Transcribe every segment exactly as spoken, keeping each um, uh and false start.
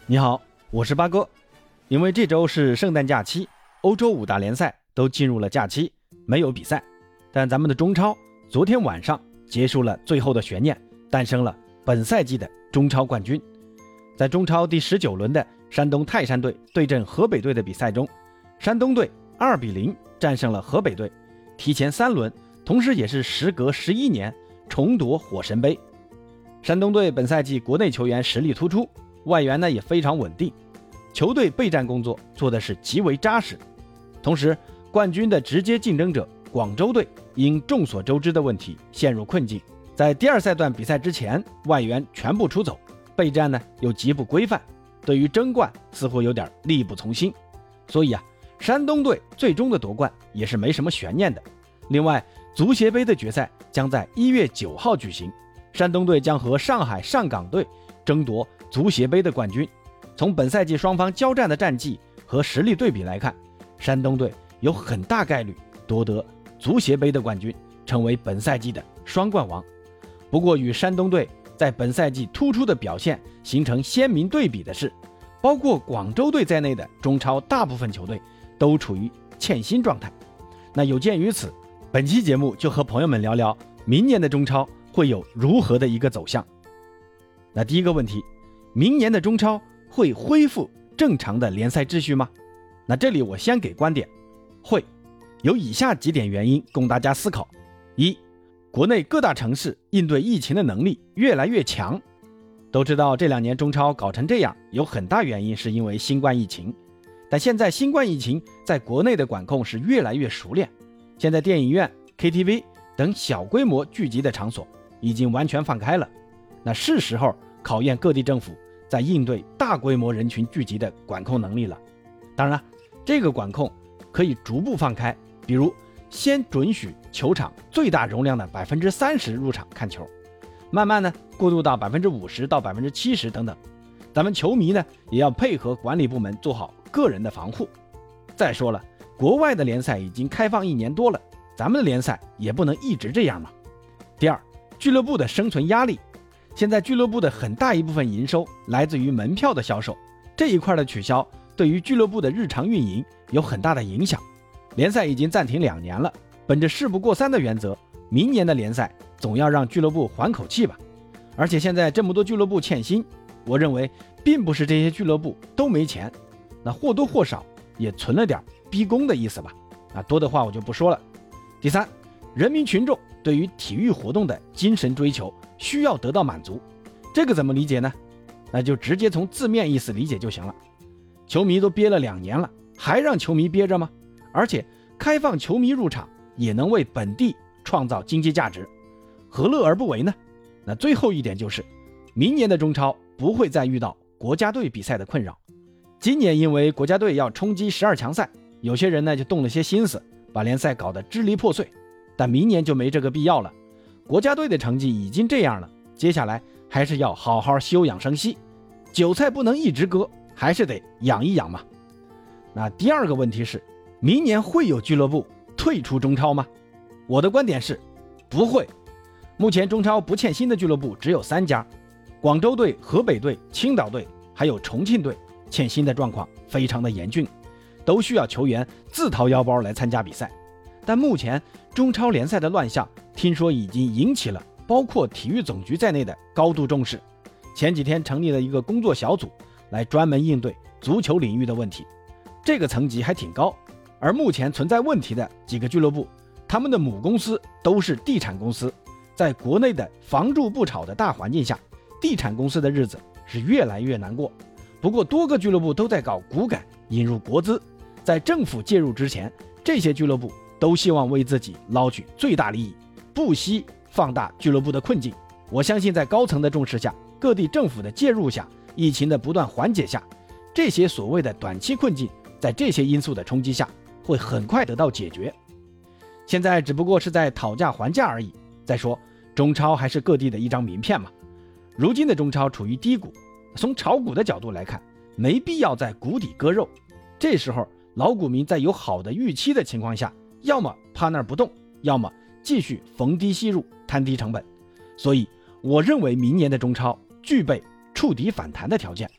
你好，我是八哥。因为这周是圣诞假期，欧洲五大联赛都进入了假期，没有比赛。但咱们的中超昨天晚上结束了最后的悬念，诞生了本赛季的中超冠军。在中超第十九轮的山东泰山队对阵河北队的比赛中，山东队二比零战胜了河北队，提前三轮，同时也是时隔十一年重夺火神杯。山东队本赛季国内球员实力突出，外援呢也非常稳定，球队备战工作做的是极为扎实。同时，冠军的直接竞争者广州队因众所周知的问题陷入困境，在第二赛段比赛之前，外援全部出走，备战呢又极不规范，对于争冠似乎有点力不从心。所以啊，山东队最终的夺冠也是没什么悬念的。另外，足协杯的决赛将在一月九号举行，山东队将和上海上港队争夺足协杯的冠军。从本赛季双方交战的战绩和实力对比来看，山东队有很大概率夺得足协杯的冠军，成为本赛季的双冠王。不过与山东队在本赛季突出的表现形成鲜明对比的是，包括广州队在内的中超大部分球队都处于欠薪状态。那有鉴于此，本期节目就和朋友们聊聊明年的中超会有如何的一个走向。那第一个问题，明年的中超会恢复正常的联赛秩序吗？那这里我先给观点，会。有以下几点原因供大家思考。一，国内各大城市应对疫情的能力越来越强。都知道这两年中超搞成这样，有很大原因是因为新冠疫情，但现在新冠疫情在国内的管控是越来越熟练。现在电影院、K T V 等小规模聚集的场所已经完全放开了，那是时候考验各地政府在应对大规模人群聚集的管控能力了。当然，这个管控可以逐步放开，比如先准许球场最大容量的 百分之三十 入场看球，慢慢呢过渡到 百分之五十 到 百分之七十 等等。咱们球迷呢也要配合管理部门做好个人的防护。再说了，国外的联赛已经开放一年多了，咱们的联赛也不能一直这样嘛。第二，俱乐部的生存压力。现在俱乐部的很大一部分营收来自于门票的销售，这一块的取消对于俱乐部的日常运营有很大的影响。联赛已经暂停两年了，本着事不过三的原则，明年的联赛总要让俱乐部缓口气吧。而且现在这么多俱乐部欠薪，我认为并不是这些俱乐部都没钱，那或多或少也存了点逼宫的意思吧。那多的话我就不说了。第三，人民群众对于体育活动的精神追求需要得到满足，这个怎么理解呢？那就直接从字面意思理解就行了。球迷都憋了两年了，还让球迷憋着吗？而且开放球迷入场也能为本地创造经济价值，何乐而不为呢？那最后一点就是，明年的中超不会再遇到国家队比赛的困扰。今年因为国家队要冲击十二强赛，有些人呢就动了些心思，把联赛搞得支离破碎，但明年就没这个必要了。国家队的成绩已经这样了，接下来还是要好好休养生息，韭菜不能一直割，还是得养一养嘛。那第二个问题是，明年会有俱乐部退出中超吗？我的观点是不会。目前中超不欠薪的俱乐部只有三家，广州队、河北队、青岛队还有重庆队，欠薪的状况非常的严峻，都需要球员自掏腰包来参加比赛。但目前中超联赛的乱象听说已经引起了包括体育总局在内的高度重视，前几天成立了一个工作小组来专门应对足球领域的问题，这个层级还挺高。而目前存在问题的几个俱乐部，他们的母公司都是地产公司，在国内的房住不炒的大环境下，地产公司的日子是越来越难过。不过多个俱乐部都在搞股改，引入国资，在政府介入之前，这些俱乐部都希望为自己捞取最大利益，不惜放大俱乐部的困境。我相信在高层的重视下，各地政府的介入下，疫情的不断缓解下，这些所谓的短期困境在这些因素的冲击下会很快得到解决。现在只不过是在讨价还价而已。再说中超还是各地的一张名片嘛，如今的中超处于低谷，从炒股的角度来看，没必要在谷底割肉。这时候老股民在有好的预期的情况下，要么趴那儿不动，要么继续逢低吸入，摊低成本。所以我认为明年的中超具备触底反弹的条件，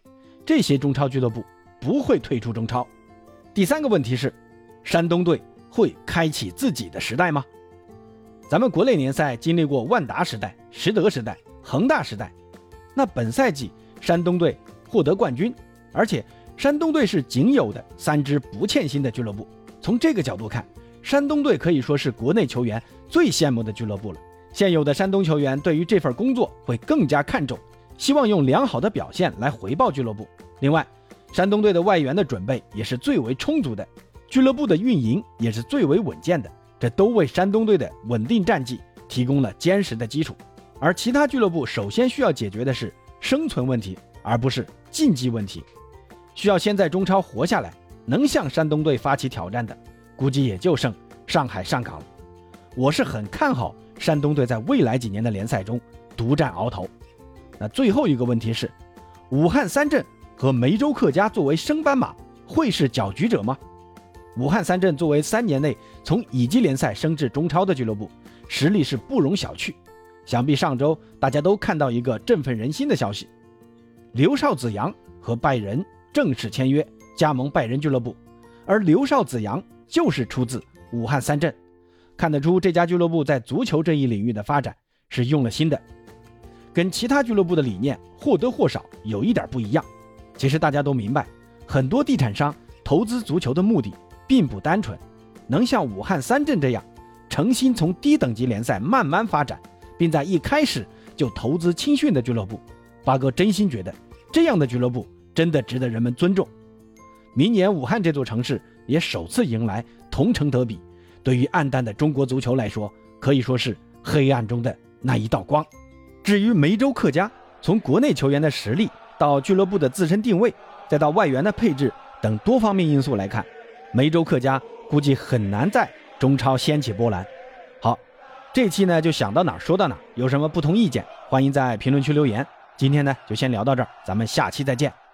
这些中超俱乐部不会退出中超。第三个问题是，山东队会开启自己的时代吗？咱们国内联赛经历过万达时代、实德时代、恒大时代，那本赛季山东队获得冠军，而且山东队是仅有的三支不欠薪的俱乐部。从这个角度看，山东队可以说是国内球员最羡慕的俱乐部了。现有的山东球员对于这份工作会更加看重，希望用良好的表现来回报俱乐部。另外，山东队的外援的准备也是最为充足的，俱乐部的运营也是最为稳健的，这都为山东队的稳定战绩提供了坚实的基础。而其他俱乐部首先需要解决的是生存问题，而不是竞技问题。需要先在中超活下来，能向山东队发起挑战的，估计也就剩上海上港了。我是很看好山东队在未来几年的联赛中独占鳌头。那最后一个问题是，武汉三镇和梅州客家作为升班马，会是搅局者吗？武汉三镇作为三年内从乙级联赛升至中超的俱乐部，实力是不容小觑。想必上周大家都看到一个振奋人心的消息，刘少子阳和拜仁正式签约加盟拜仁俱乐部，而刘少子阳就是出自武汉三镇，看得出这家俱乐部在足球这一领域的发展是用了心的，跟其他俱乐部的理念或多或少有一点不一样。其实大家都明白，很多地产商投资足球的目的并不单纯，能像武汉三镇这样诚心从低等级联赛慢慢发展，并在一开始就投资青训的俱乐部，八哥真心觉得这样的俱乐部真的值得人们尊重。明年武汉这座城市也首次迎来同城德比，对于暗淡的中国足球来说，可以说是黑暗中的那一道光。至于梅州客家，从国内球员的实力到俱乐部的自身定位，再到外援的配置等多方面因素来看，梅州客家估计很难在中超掀起波澜。好，这期呢就想到哪儿说到哪儿，有什么不同意见欢迎在评论区留言。今天呢就先聊到这儿，咱们下期再见。